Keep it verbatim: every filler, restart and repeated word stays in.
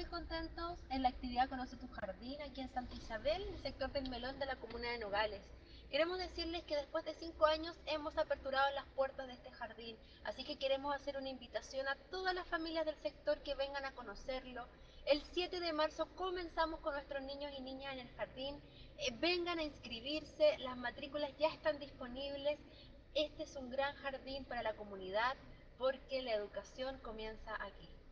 muy contentos en la actividad Conoce tu Jardín aquí en Santa Isabel, en el sector del Melón de la comuna de Nogales. Queremos decirles que después de cinco años hemos aperturado las puertas de este jardín, así que queremos hacer una invitación a todas las familias del sector que vengan a conocerlo. El siete de marzo comenzamos con nuestros niños y niñas en el jardín. Eh, vengan a inscribirse, las matrículas ya están disponibles. Este es un gran jardín para la comunidad porque la educación comienza aquí.